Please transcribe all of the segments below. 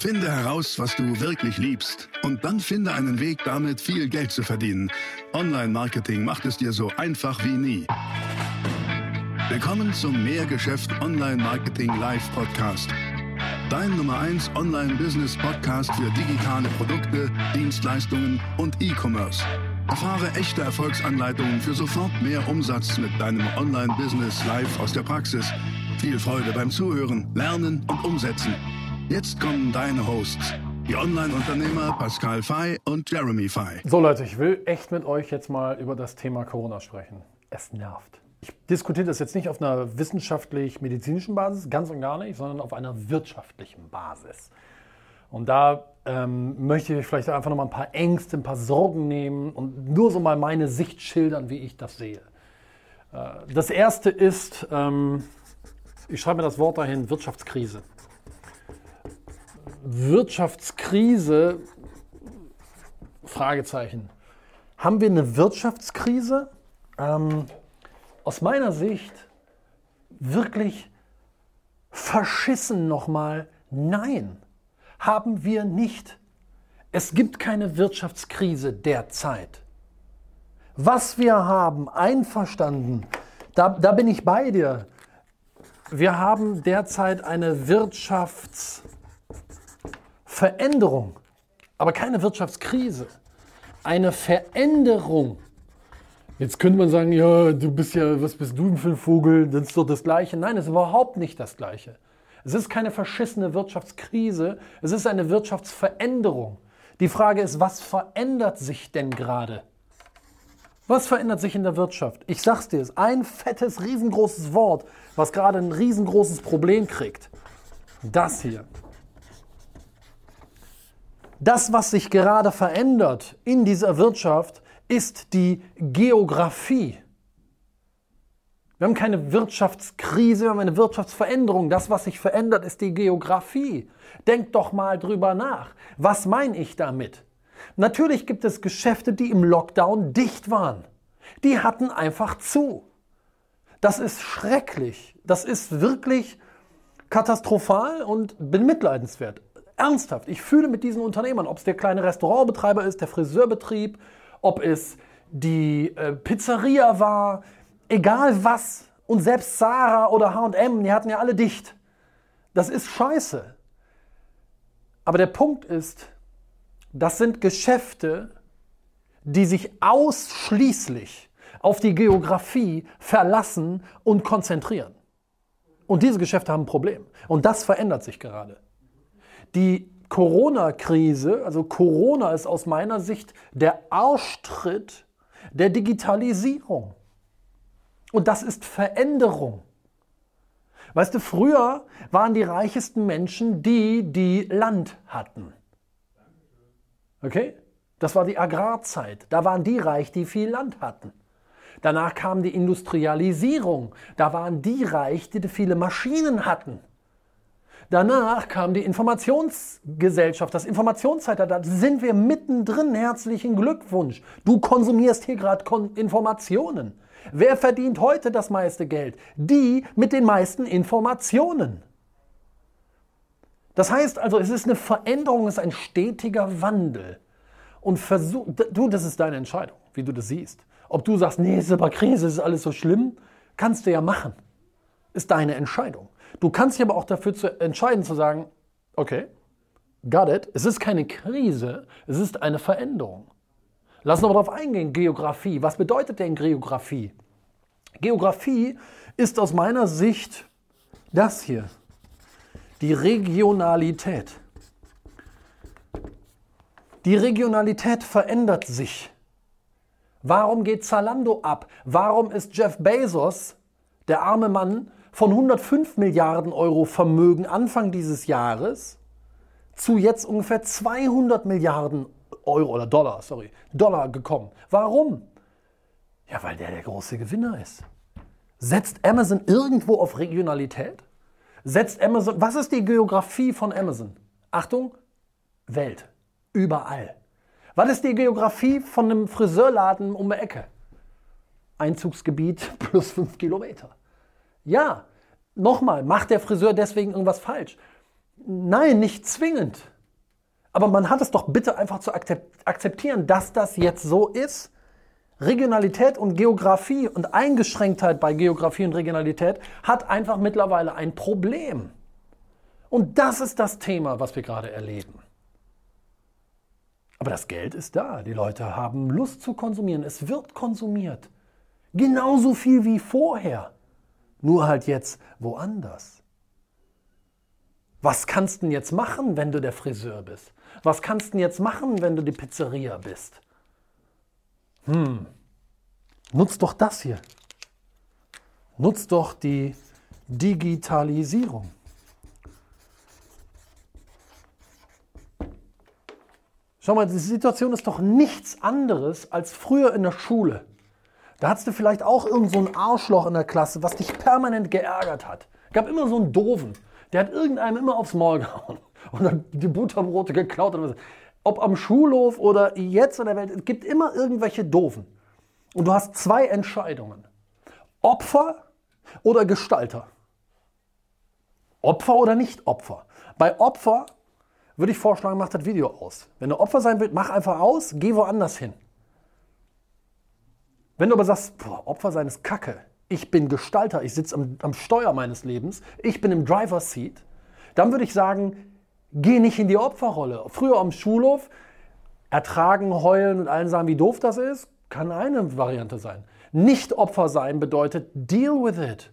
Finde heraus, was du wirklich liebst und dann finde einen Weg, damit viel Geld zu verdienen. Online-Marketing macht es dir so einfach wie nie. Willkommen zum Mehrgeschäft Online-Marketing Live-Podcast. Dein Nummer 1 Online-Business-Podcast für digitale Produkte, Dienstleistungen und E-Commerce. Erfahre echte Erfolgsanleitungen für sofort mehr Umsatz mit deinem Online-Business live aus der Praxis. Viel Freude beim Zuhören, Lernen und Umsetzen. Jetzt kommen deine Hosts, die Online-Unternehmer Pascal Fay und Jeremy Fay. So Leute, ich will echt mit euch jetzt mal über das Thema Corona sprechen. Es nervt. Ich diskutiere das jetzt nicht auf einer wissenschaftlich-medizinischen Basis, ganz und gar nicht, sondern auf einer wirtschaftlichen Basis. Und da möchte ich vielleicht einfach noch mal ein paar Ängste, ein paar Sorgen nehmen und nur so mal meine Sicht schildern, wie ich das sehe. Das erste ist, ich schreibe mir das Wort dahin, Wirtschaftskrise. Wirtschaftskrise, Fragezeichen. Haben wir eine Wirtschaftskrise? Aus meiner Sicht wirklich verschissen nochmal, nein, haben wir nicht. Es gibt keine Wirtschaftskrise derzeit. Was wir haben, einverstanden, da bin ich bei dir. Wir haben derzeit eine Wirtschaftsveränderung, aber keine Wirtschaftskrise. Eine Veränderung. Jetzt könnte man sagen, ja, was bist du denn für ein Vogel? Das ist doch das Gleiche. Nein, es ist überhaupt nicht das Gleiche. Es ist keine verschissene Wirtschaftskrise, es ist eine Wirtschaftsveränderung. Die Frage ist, was verändert sich denn gerade? Was verändert sich in der Wirtschaft? Ich sag's dir, es ist ein fettes, riesengroßes Wort, was gerade ein riesengroßes Problem kriegt. Das hier. Das, was sich gerade verändert in dieser Wirtschaft, ist die Geografie. Wir haben keine Wirtschaftskrise, wir haben eine Wirtschaftsveränderung. Das, was sich verändert, ist die Geografie. Denkt doch mal drüber nach. Was meine ich damit? Natürlich gibt es Geschäfte, die im Lockdown dicht waren. Die hatten einfach zu. Das ist schrecklich. Das ist wirklich katastrophal und bemitleidenswert. Ernsthaft, ich fühle mit diesen Unternehmern, ob es der kleine Restaurantbetreiber ist, der Friseurbetrieb, ob es die Pizzeria war, egal was. Und selbst Zara oder H&M, die hatten ja alle dicht. Das ist scheiße. Aber der Punkt ist, das sind Geschäfte, die sich ausschließlich auf die Geografie verlassen und konzentrieren. Und diese Geschäfte haben ein Problem. Und das verändert sich gerade. Die Corona-Krise, also Corona ist aus meiner Sicht der Arschtritt der Digitalisierung. Und das ist Veränderung. Weißt du, früher waren die reichesten Menschen die Land hatten. Okay? Das war die Agrarzeit. Da waren die reich, die viel Land hatten. Danach kam die Industrialisierung. Da waren die reich, die viele Maschinen hatten. Danach kam die Informationsgesellschaft, das Informationszeitalter. Da sind wir mittendrin. Herzlichen Glückwunsch. Du konsumierst hier gerade Informationen. Wer verdient heute das meiste Geld? Die mit den meisten Informationen. Das heißt also, es ist eine Veränderung, es ist ein stetiger Wandel. Und das ist deine Entscheidung, wie du das siehst. Ob du sagst, nee, es ist aber Krise, es ist alles so schlimm, kannst du ja machen. Ist deine Entscheidung. Du kannst dich aber auch dafür entscheiden zu sagen, okay, got it, es ist keine Krise, es ist eine Veränderung. Lass uns aber darauf eingehen, Geografie. Was bedeutet denn Geografie? Geografie ist aus meiner Sicht das hier, die Regionalität. Die Regionalität verändert sich. Warum geht Zalando ab? Warum ist Jeff Bezos, der arme Mann, von 105 Milliarden Euro Vermögen Anfang dieses Jahres zu jetzt ungefähr 200 Milliarden Euro oder Dollar gekommen? Warum? Ja, weil der große Gewinner ist. Setzt Amazon irgendwo auf Regionalität? Setzt Amazon, was ist die Geografie von Amazon? Achtung, Welt. Überall. Was ist die Geografie von einem Friseurladen um die Ecke? Einzugsgebiet plus 5 Kilometer. Ja, nochmal, macht der Friseur deswegen irgendwas falsch? Nein, nicht zwingend. Aber man hat es doch bitte einfach zu akzeptieren, dass das jetzt so ist. Regionalität und Geografie und Eingeschränktheit bei Geografie und Regionalität hat einfach mittlerweile ein Problem. Und das ist das Thema, was wir gerade erleben. Aber das Geld ist da. Die Leute haben Lust zu konsumieren. Es wird konsumiert. Genauso viel wie vorher. Nur halt jetzt woanders. Was kannst du denn jetzt machen, wenn du der Friseur bist? Was kannst du denn jetzt machen, wenn du die Pizzeria bist? Nutz doch das hier. Nutz doch die Digitalisierung. Schau mal, die Situation ist doch nichts anderes als früher in der Schule. Da hattest du vielleicht auch irgend so ein Arschloch in der Klasse, was dich permanent geärgert hat. Es gab immer so einen Doofen, der hat irgendeinem immer aufs Maul gehauen und dann die Butterbrote geklaut. Oder was. Ob am Schulhof oder jetzt in der Welt, es gibt immer irgendwelche Doofen. Und du hast zwei Entscheidungen. Opfer oder Gestalter. Opfer oder nicht Opfer. Bei Opfer würde ich vorschlagen, mach das Video aus. Wenn du Opfer sein willst, mach einfach aus, geh woanders hin. Wenn du aber sagst, boah, Opfer sein ist Kacke, ich bin Gestalter, ich sitze am Steuer meines Lebens, ich bin im Driver's Seat, dann würde ich sagen, geh nicht in die Opferrolle. Früher am Schulhof, ertragen, heulen und allen sagen, wie doof das ist, kann eine Variante sein. Nicht Opfer sein bedeutet, deal with it.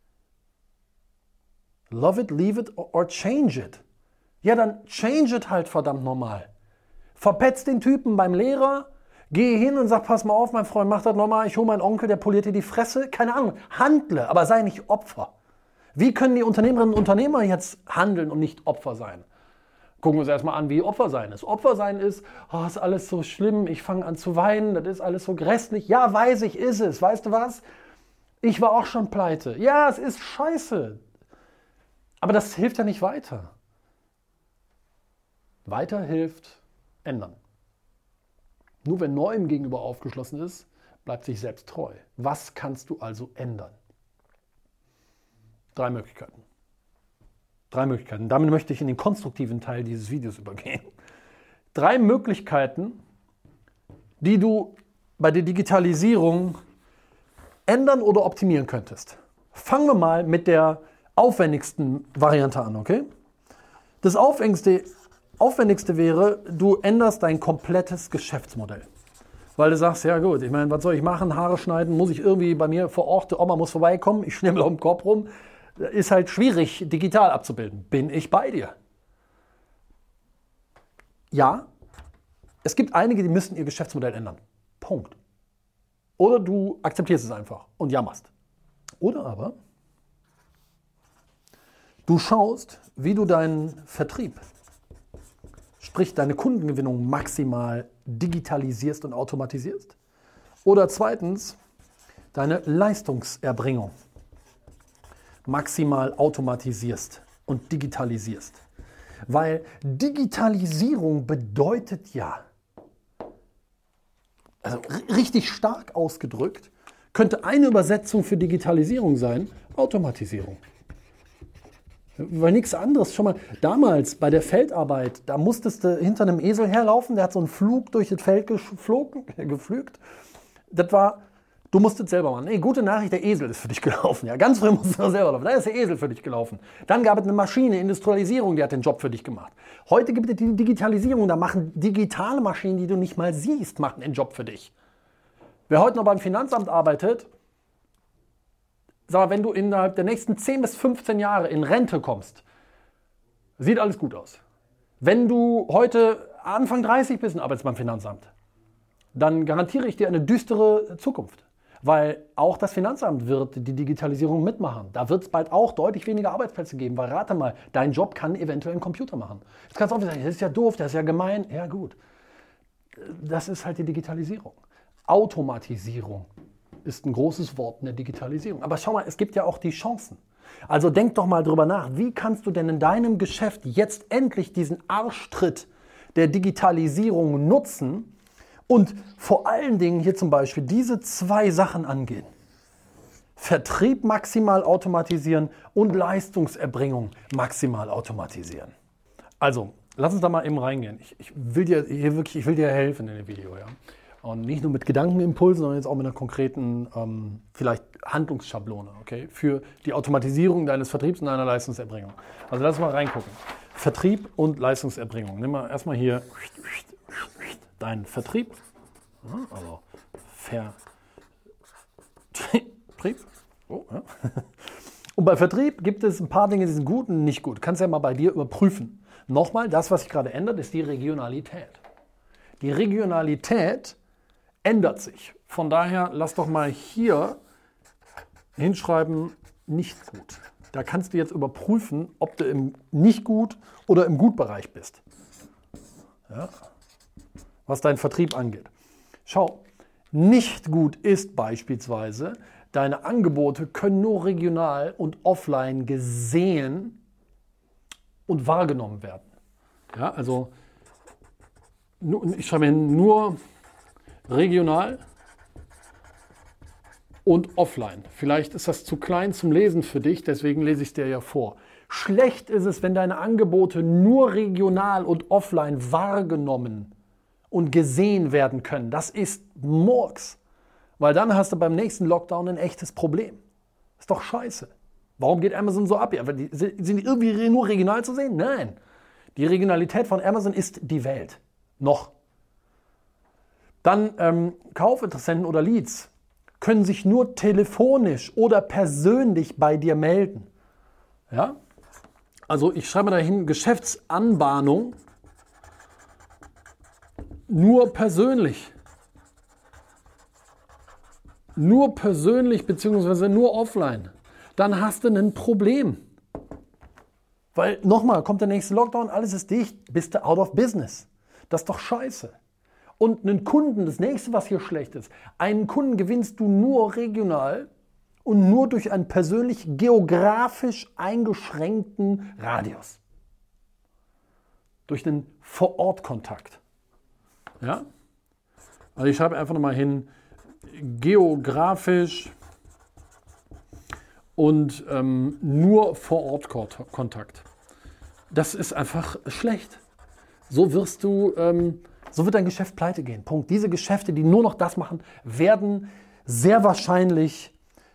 Love it, leave it or change it. Ja, dann change it halt verdammt normal. Verpetz den Typen beim Lehrer, geh hin und sag, pass mal auf, mein Freund, mach das nochmal, ich hole meinen Onkel, der poliert dir die Fresse. Keine Ahnung, handle, aber sei nicht Opfer. Wie können die Unternehmerinnen und Unternehmer jetzt handeln und nicht Opfer sein? Gucken wir uns erstmal an, wie Opfer sein ist. Opfer sein ist, oh, ist alles so schlimm, ich fange an zu weinen, das ist alles so grässlich. Ja, weiß ich, ist es. Weißt du was? Ich war auch schon pleite. Ja, es ist scheiße. Aber das hilft ja nicht weiter. Weiter hilft ändern. Nur wenn Neuem gegenüber aufgeschlossen ist, bleibt sich selbst treu. Was kannst du also ändern? 3 Möglichkeiten. 3 Möglichkeiten. Damit möchte ich in den konstruktiven Teil dieses Videos übergehen. 3 Möglichkeiten, die du bei der Digitalisierung ändern oder optimieren könntest. Fangen wir mal mit der aufwendigsten Variante an, okay? Das Aufwendigste wäre, du änderst dein komplettes Geschäftsmodell. Weil du sagst, ja gut, ich meine, was soll ich machen? Haare schneiden, muss ich irgendwie bei mir vor Ort, die Oma muss vorbeikommen, ich schnibbel auf dem Kopf rum. Ist halt schwierig, digital abzubilden. Bin ich bei dir? Ja, es gibt einige, die müssen ihr Geschäftsmodell ändern. Punkt. Oder du akzeptierst es einfach und jammerst. Oder aber du schaust, wie du deinen Vertrieb, sprich deine Kundengewinnung maximal digitalisierst und automatisierst. Oder zweitens, deine Leistungserbringung maximal automatisierst und digitalisierst. Weil Digitalisierung bedeutet ja, also richtig stark ausgedrückt, könnte eine Übersetzung für Digitalisierung sein, Automatisierung. Weil nichts anderes, schon mal damals bei der Feldarbeit, da musstest du hinter einem Esel herlaufen, der hat so einen Flug durch das Feld geflügt. Das war, du musstest selber machen. Nee, gute Nachricht, der Esel ist für dich gelaufen. Ja, ganz früh musstest du selber laufen. Da ist der Esel für dich gelaufen. Dann gab es eine Maschine, Industrialisierung, die hat den Job für dich gemacht. Heute gibt es die Digitalisierung, da machen digitale Maschinen, die du nicht mal siehst, machen den Job für dich. Wer heute noch beim Finanzamt arbeitet, sag mal, wenn du innerhalb der nächsten 10 bis 15 Jahre in Rente kommst, sieht alles gut aus. Wenn du heute Anfang 30 bist und arbeitest beim Finanzamt, dann garantiere ich dir eine düstere Zukunft. Weil auch das Finanzamt wird die Digitalisierung mitmachen. Da wird es bald auch deutlich weniger Arbeitsplätze geben. Weil rate mal, dein Job kann eventuell ein Computer machen. Jetzt kannst du auch wieder sagen, das ist ja doof, das ist ja gemein. Ja gut, das ist halt die Digitalisierung. Automatisierung ist ein großes Wort in der Digitalisierung. Aber schau mal, es gibt ja auch die Chancen. Also denk doch mal drüber nach, wie kannst du denn in deinem Geschäft jetzt endlich diesen Arschtritt der Digitalisierung nutzen und vor allen Dingen hier zum Beispiel diese 2 Sachen angehen. Vertrieb maximal automatisieren und Leistungserbringung maximal automatisieren. Also, lass uns da mal eben reingehen. Ich will dir helfen in dem Video. Ja? Und nicht nur mit Gedankenimpulsen, sondern jetzt auch mit einer konkreten, vielleicht Handlungsschablone, okay? Für die Automatisierung deines Vertriebs und deiner Leistungserbringung. Also lass uns mal reingucken. Vertrieb und Leistungserbringung. Nimm mal erstmal hier deinen Vertrieb. Also Vertrieb. Oh, ja. Und bei Vertrieb gibt es ein paar Dinge, die sind gut und nicht gut. Du kannst ja mal bei dir überprüfen. Nochmal, das, was sich gerade ändert, ist die Regionalität. Die Regionalität ändert sich. Von daher lass doch mal hier hinschreiben, nicht gut. Da kannst du jetzt überprüfen, ob du im Nicht-Gut oder im Gut-Bereich bist. Ja. Was deinen Vertrieb angeht. Schau, nicht gut ist beispielsweise, deine Angebote können nur regional und offline gesehen und wahrgenommen werden. Ja, also ich schreibe hin, nur regional und offline. Vielleicht ist das zu klein zum Lesen für dich, deswegen lese ich es dir ja vor. Schlecht ist es, wenn deine Angebote nur regional und offline wahrgenommen und gesehen werden können. Das ist Murks. Weil dann hast du beim nächsten Lockdown ein echtes Problem. Ist doch scheiße. Warum geht Amazon so ab? Ja, sind die irgendwie nur regional zu sehen? Nein. Die Regionalität von Amazon ist die Welt. Noch. Dann Kaufinteressenten oder Leads können sich nur telefonisch oder persönlich bei dir melden. Ja? Also ich schreibe dahin Geschäftsanbahnung nur persönlich. Nur persönlich bzw. nur offline. Dann hast du ein Problem. Weil nochmal, kommt der nächste Lockdown, alles ist dicht, bist du out of business. Das ist doch scheiße. Und einen Kunden, das nächste, was hier schlecht ist, einen Kunden gewinnst du nur regional und nur durch einen persönlich geografisch eingeschränkten Radius. Durch einen Vor-Ort-Kontakt. Ja? Also ich schreibe einfach nochmal hin, geografisch und nur Vor-Ort-Kontakt. Das ist einfach schlecht. So wird dein Geschäft pleite gehen. Punkt. Diese Geschäfte, die nur noch das machen, werden sehr wahrscheinlich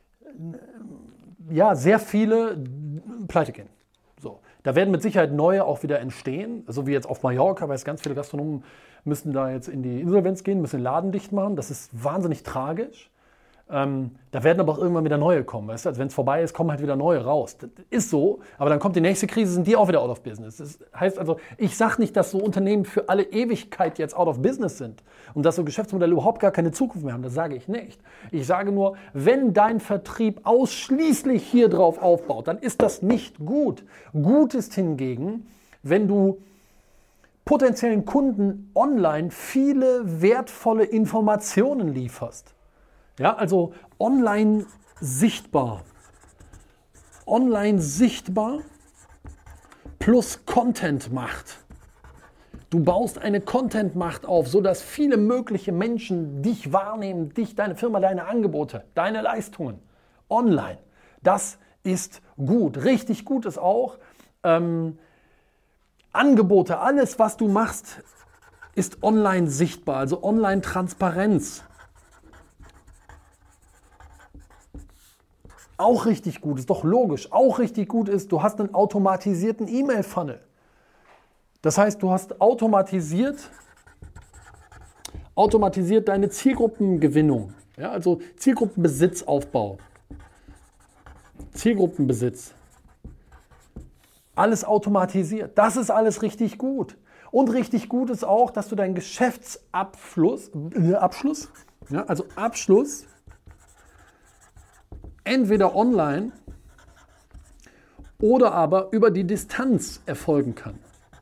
sehr viele pleite gehen. So. Da werden mit Sicherheit neue auch wieder entstehen, so wie jetzt auf Mallorca, weil es ganz viele Gastronomen müssen da jetzt in die Insolvenz gehen, müssen den Laden dicht machen. Das ist wahnsinnig tragisch. Da werden aber auch irgendwann wieder neue kommen. Weißt du? Also wenn es vorbei ist, kommen halt wieder neue raus. Das ist so, aber dann kommt die nächste Krise, sind die auch wieder out of business. Das heißt also, ich sage nicht, dass so Unternehmen für alle Ewigkeit jetzt out of business sind und dass so Geschäftsmodelle überhaupt gar keine Zukunft mehr haben. Das sage ich nicht. Ich sage nur, wenn dein Vertrieb ausschließlich hier drauf aufbaut, dann ist das nicht gut. Gut ist hingegen, wenn du potenziellen Kunden online viele wertvolle Informationen lieferst. Ja, also online sichtbar. Online sichtbar plus Content-Macht. Du baust eine Content-Macht auf, sodass viele mögliche Menschen dich wahrnehmen, dich, deine Firma, deine Angebote, deine Leistungen online. Das ist gut. Richtig gut ist auch, Angebote, alles, was du machst, ist online sichtbar, also Online-Transparenz. Auch richtig gut, ist doch logisch. Auch richtig gut ist, du hast einen automatisierten E-Mail-Funnel. Das heißt, du hast automatisiert deine Zielgruppengewinnung. Ja, also Zielgruppenbesitzaufbau. Zielgruppenbesitz. Alles automatisiert. Das ist alles richtig gut. Und richtig gut ist auch, dass du deinen Geschäftsabschluss, Abschluss, entweder online oder aber über die Distanz erfolgen kann.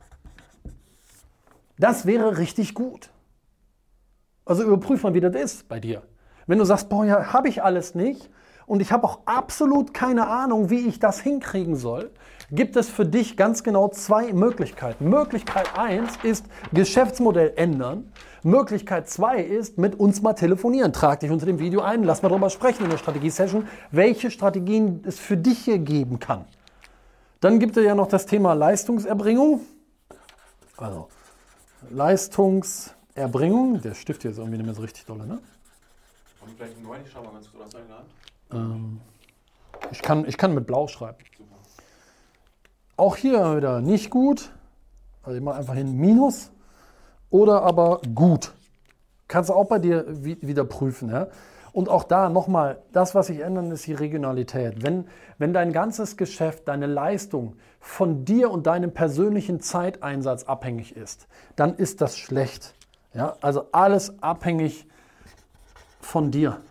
Das wäre richtig gut. Also überprüf mal, wie das ist bei dir. Wenn du sagst, boah, ja, habe ich alles nicht und ich habe auch absolut keine Ahnung, wie ich das hinkriegen soll, gibt es für dich ganz genau zwei Möglichkeiten. Möglichkeit 1 ist Geschäftsmodell ändern. Möglichkeit 2 ist, mit uns mal telefonieren. Trag dich unter dem Video ein, lass mal darüber sprechen in der Strategie-Session, welche Strategien es für dich hier geben kann. Dann gibt es ja noch das Thema Leistungserbringung. Also, Leistungserbringung. Der Stift hier ist irgendwie nicht mehr so richtig dolle, ne? Haben wir vielleicht einen neuen? Ich schau mal ganz kurz aus der Hand. Ich kann mit Blau schreiben. Super. Auch hier wieder nicht gut. Also ich mache einfach hin Minus. Oder aber gut. Kannst du auch bei dir wieder prüfen. Ja? Und auch da nochmal, das, was sich ändert, ist die Regionalität. Wenn dein ganzes Geschäft, deine Leistung von dir und deinem persönlichen Zeiteinsatz abhängig ist, dann ist das schlecht. Ja? Also alles abhängig von dir.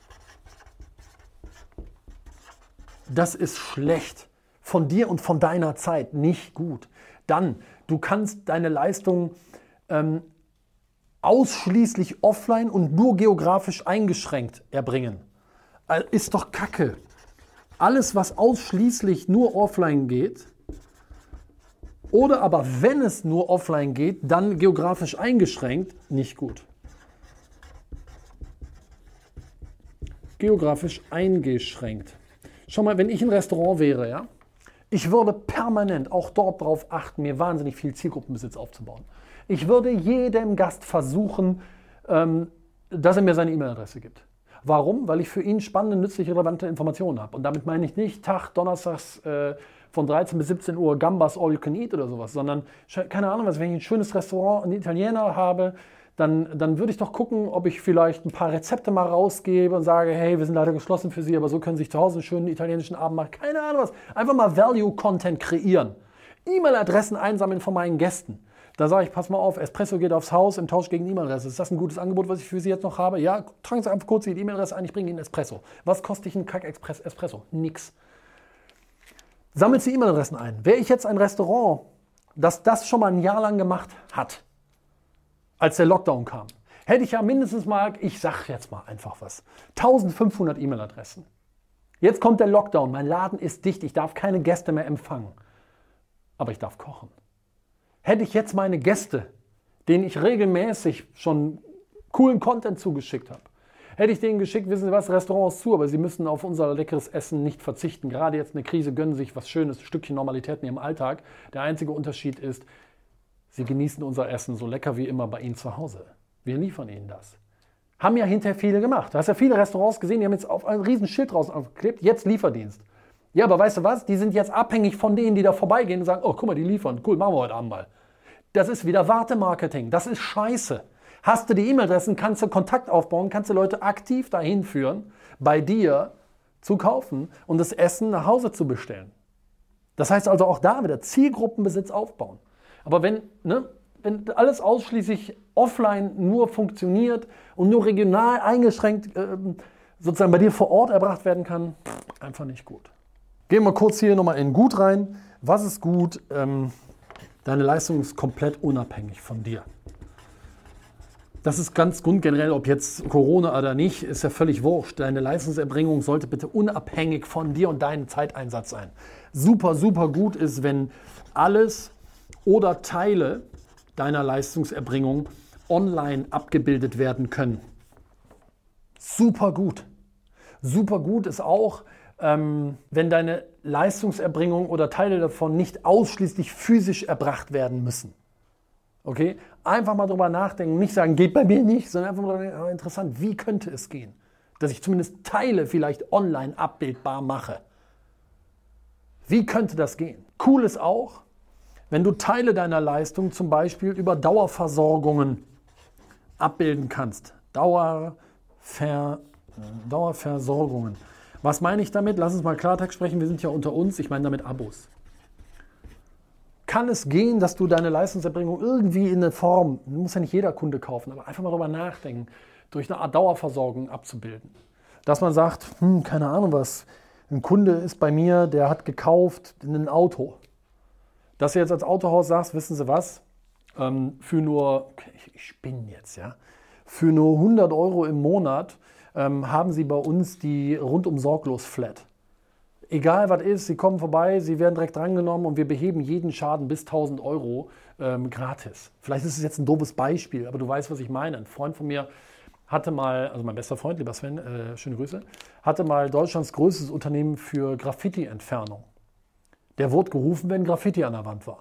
Das ist schlecht. Von dir und von deiner Zeit nicht gut. Dann, du kannst deine Leistung ausschließlich offline und nur geografisch eingeschränkt erbringen. Ist doch Kacke. Alles, was ausschließlich nur offline geht, oder aber wenn es nur offline geht, dann geografisch eingeschränkt, nicht gut. Geografisch eingeschränkt. Schau mal, wenn ich ein Restaurant wäre, ja, ich würde permanent auch dort darauf achten, mir wahnsinnig viel Zielgruppenbesitz aufzubauen. Ich würde jedem Gast versuchen, dass er mir seine E-Mail-Adresse gibt. Warum? Weil ich für ihn spannende, nützliche, relevante Informationen habe. Und damit meine ich nicht Tag, donnerstags von 13 bis 17 Uhr Gambas All You Can Eat oder sowas, sondern, keine Ahnung, was, wenn ich ein schönes Restaurant, einen Italiener habe, dann würde ich doch gucken, ob ich vielleicht ein paar Rezepte mal rausgebe und sage, hey, wir sind leider geschlossen für Sie, aber so können Sie sich zu Hause einen schönen italienischen Abend machen. Keine Ahnung was. Einfach mal Value-Content kreieren. E-Mail-Adressen einsammeln von meinen Gästen. Da sage ich, pass mal auf, Espresso geht aufs Haus im Tausch gegen E-Mail-Adresse. Ist das ein gutes Angebot, was ich für Sie jetzt noch habe? Ja, tragen Sie einfach kurz die E-Mail-Adresse ein, ich bringe Ihnen Espresso. Was kostet ich einen Kack-Espresso? Nix. Sammelt Sie E-Mail-Adressen ein. Wäre ich jetzt ein Restaurant, das schon mal ein Jahr lang gemacht hat, als der Lockdown kam, hätte ich ja mindestens mal, ich sag jetzt mal einfach was, 1500 E-Mail-Adressen. Jetzt kommt der Lockdown, mein Laden ist dicht, ich darf keine Gäste mehr empfangen. Aber ich darf kochen. Hätte ich jetzt meine Gäste, denen ich regelmäßig schon coolen Content zugeschickt habe, hätte ich denen geschickt, wissen Sie was, Restaurants zu, aber Sie müssen auf unser leckeres Essen nicht verzichten. Gerade jetzt eine Krise, gönnen sich was Schönes, ein Stückchen Normalität in Ihrem Alltag. Der einzige Unterschied ist, Sie genießen unser Essen so lecker wie immer bei Ihnen zu Hause. Wir liefern Ihnen das. Haben ja hinterher viele gemacht. Du hast ja viele Restaurants gesehen, die haben jetzt auf ein riesen Schild draußen aufgeklebt, jetzt Lieferdienst. Ja, aber weißt du was? Die sind jetzt abhängig von denen, die da vorbeigehen und sagen, oh, guck mal, die liefern. Cool, machen wir heute Abend mal. Das ist wieder Wartemarketing. Das ist scheiße. Hast du die E-Mail-Adressen, kannst du Kontakt aufbauen, kannst du Leute aktiv dahin führen, bei dir zu kaufen und das Essen nach Hause zu bestellen. Das heißt also auch da wieder Zielgruppenbesitz aufbauen. Aber wenn alles ausschließlich offline nur funktioniert und nur regional eingeschränkt sozusagen bei dir vor Ort erbracht werden kann, einfach nicht gut. Gehen wir kurz hier nochmal in gut rein. Was ist gut? Deine Leistung ist komplett unabhängig von dir. Das ist ganz grundgenerell, ob jetzt Corona oder nicht, ist ja völlig wurscht. Deine Leistungserbringung sollte bitte unabhängig von dir und deinem Zeiteinsatz sein. Super, super gut ist, wenn alles oder Teile deiner Leistungserbringung online abgebildet werden können. Super gut. Super gut ist auch, wenn deine Leistungserbringung oder Teile davon nicht ausschließlich physisch erbracht werden müssen. Okay? Einfach mal drüber nachdenken, nicht sagen, geht bei mir nicht, sondern einfach mal denken, interessant, wie könnte es gehen, dass ich zumindest Teile vielleicht online abbildbar mache. Wie könnte das gehen? Cool ist auch, wenn du Teile deiner Leistung zum Beispiel über Dauerversorgungen abbilden kannst. Dauerversorgungen. Was meine ich damit? Lass uns mal Klartext sprechen, wir sind ja unter uns, ich meine damit Abos. Kann es gehen, dass du deine Leistungserbringung irgendwie in eine Form, muss ja nicht jeder Kunde kaufen, aber einfach mal darüber nachdenken, durch eine Art Dauerversorgung abzubilden. Dass man sagt, keine Ahnung was, ein Kunde ist bei mir, der hat gekauft ein Auto. Dass du jetzt als Autohaus sagst, wissen Sie was, für nur, ich spinne jetzt, ja, für nur 100 € im Monat haben Sie bei uns die rundum sorglos Flat. Egal was ist, Sie kommen vorbei, Sie werden direkt drangenommen und wir beheben jeden Schaden bis 1.000 € gratis. Vielleicht ist es jetzt ein doofes Beispiel, aber du weißt, was ich meine. Ein Freund von mir hatte mal, also mein bester Freund, lieber Sven, schöne Grüße, hatte mal Deutschlands größtes Unternehmen für Graffiti-Entfernung. Der wurde gerufen, wenn Graffiti an der Wand war.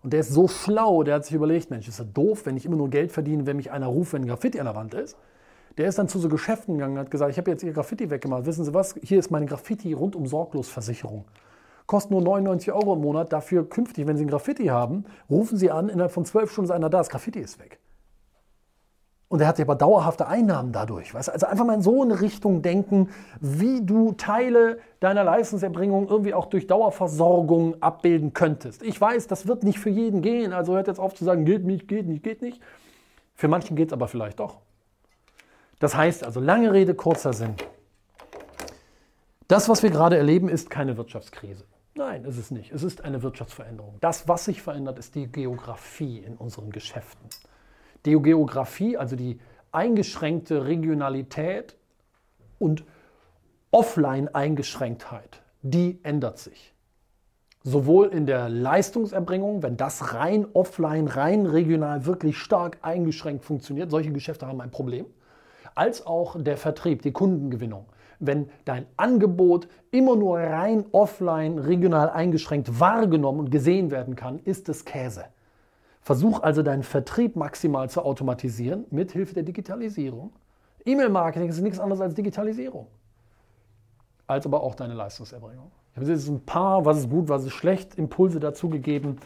Und der ist so schlau, der hat sich überlegt, Mensch, ist das doof, wenn ich immer nur Geld verdiene, wenn mich einer ruft, wenn ein Graffiti an der Wand ist. Der ist dann zu so Geschäften gegangen und hat gesagt, ich habe jetzt Ihr Graffiti weggemacht. Wissen Sie was, hier ist meine Graffiti-Rundum-Sorglos-Versicherung. Kostet nur 99 € im Monat. Dafür künftig, wenn Sie ein Graffiti haben, rufen Sie an, innerhalb von 12 Stunden ist einer da, das Graffiti ist weg. Und er hat aber dauerhafte Einnahmen dadurch. Weißt? Also einfach mal in so eine Richtung denken, wie du Teile deiner Leistungserbringung irgendwie auch durch Dauerversorgung abbilden könntest. Ich weiß, das wird nicht für jeden gehen. Also hört jetzt auf zu sagen, geht nicht, geht nicht, geht nicht. Für manchen geht es aber vielleicht doch. Das heißt also, lange Rede, kurzer Sinn. Das, was wir gerade erleben, ist keine Wirtschaftskrise. Nein, ist es nicht. Es ist eine Wirtschaftsveränderung. Das, was sich verändert, ist die Geografie in unseren Geschäften. Die Geografie, also die eingeschränkte Regionalität und Offline-Eingeschränktheit, die ändert sich. Sowohl in der Leistungserbringung, wenn das rein offline, rein regional wirklich stark eingeschränkt funktioniert, solche Geschäfte haben ein Problem, als auch der Vertrieb, die Kundengewinnung. Wenn dein Angebot immer nur rein offline, regional eingeschränkt wahrgenommen und gesehen werden kann, ist es Käse. Versuch also deinen Vertrieb maximal zu automatisieren mit Hilfe der Digitalisierung. E-Mail-Marketing ist nichts anderes als Digitalisierung. Als aber auch deine Leistungserbringung. Ich habe jetzt ein paar, was ist gut, was ist schlecht, Impulse dazu gegeben.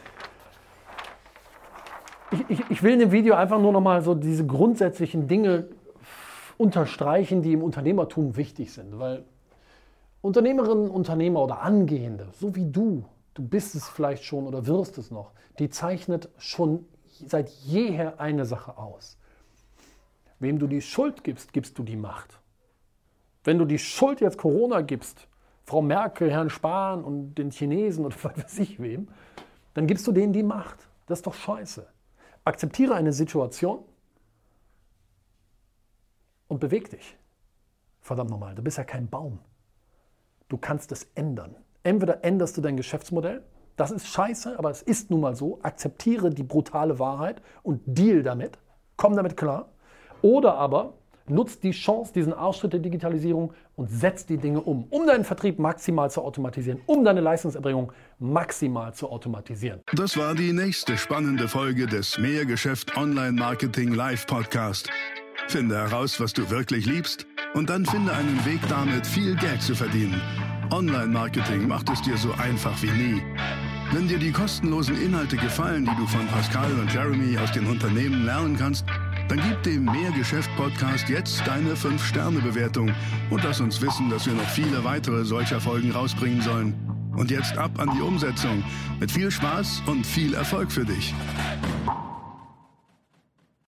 Ich will in dem Video einfach nur nochmal so diese grundsätzlichen Dinge unterstreichen, die im Unternehmertum wichtig sind. Weil Unternehmerinnen, Unternehmer oder Angehende, so wie du bist es vielleicht schon oder wirst es noch, die zeichnet schon seit jeher eine Sache aus. Wem du die Schuld gibst, gibst du die Macht. Wenn du die Schuld jetzt Corona gibst, Frau Merkel, Herrn Spahn und den Chinesen oder was weiß ich wem, dann gibst du denen die Macht. Das ist doch scheiße. Akzeptiere eine Situation und beweg dich. Verdammt nochmal, du bist ja kein Baum. Du kannst es ändern. Entweder änderst du dein Geschäftsmodell, das ist scheiße, aber es ist nun mal so, akzeptiere die brutale Wahrheit und deal damit, komm damit klar. Oder aber nutzt die Chance, diesen Ausschnitt der Digitalisierung und setz die Dinge um deinen Vertrieb maximal zu automatisieren, um deine Leistungserbringung maximal zu automatisieren. Das war die nächste spannende Folge des Mehrgeschäft Online Marketing Live Podcast. Finde heraus, was du wirklich liebst und dann finde einen Weg damit, viel Geld zu verdienen. Online-Marketing macht es dir so einfach wie nie. Wenn dir die kostenlosen Inhalte gefallen, die du von Pascal und Jeremy aus den Unternehmen lernen kannst, dann gib dem Mehrgeschäft-Podcast jetzt deine 5-Sterne-Bewertung und lass uns wissen, dass wir noch viele weitere solcher Folgen rausbringen sollen. Und jetzt ab an die Umsetzung. Mit viel Spaß und viel Erfolg für dich.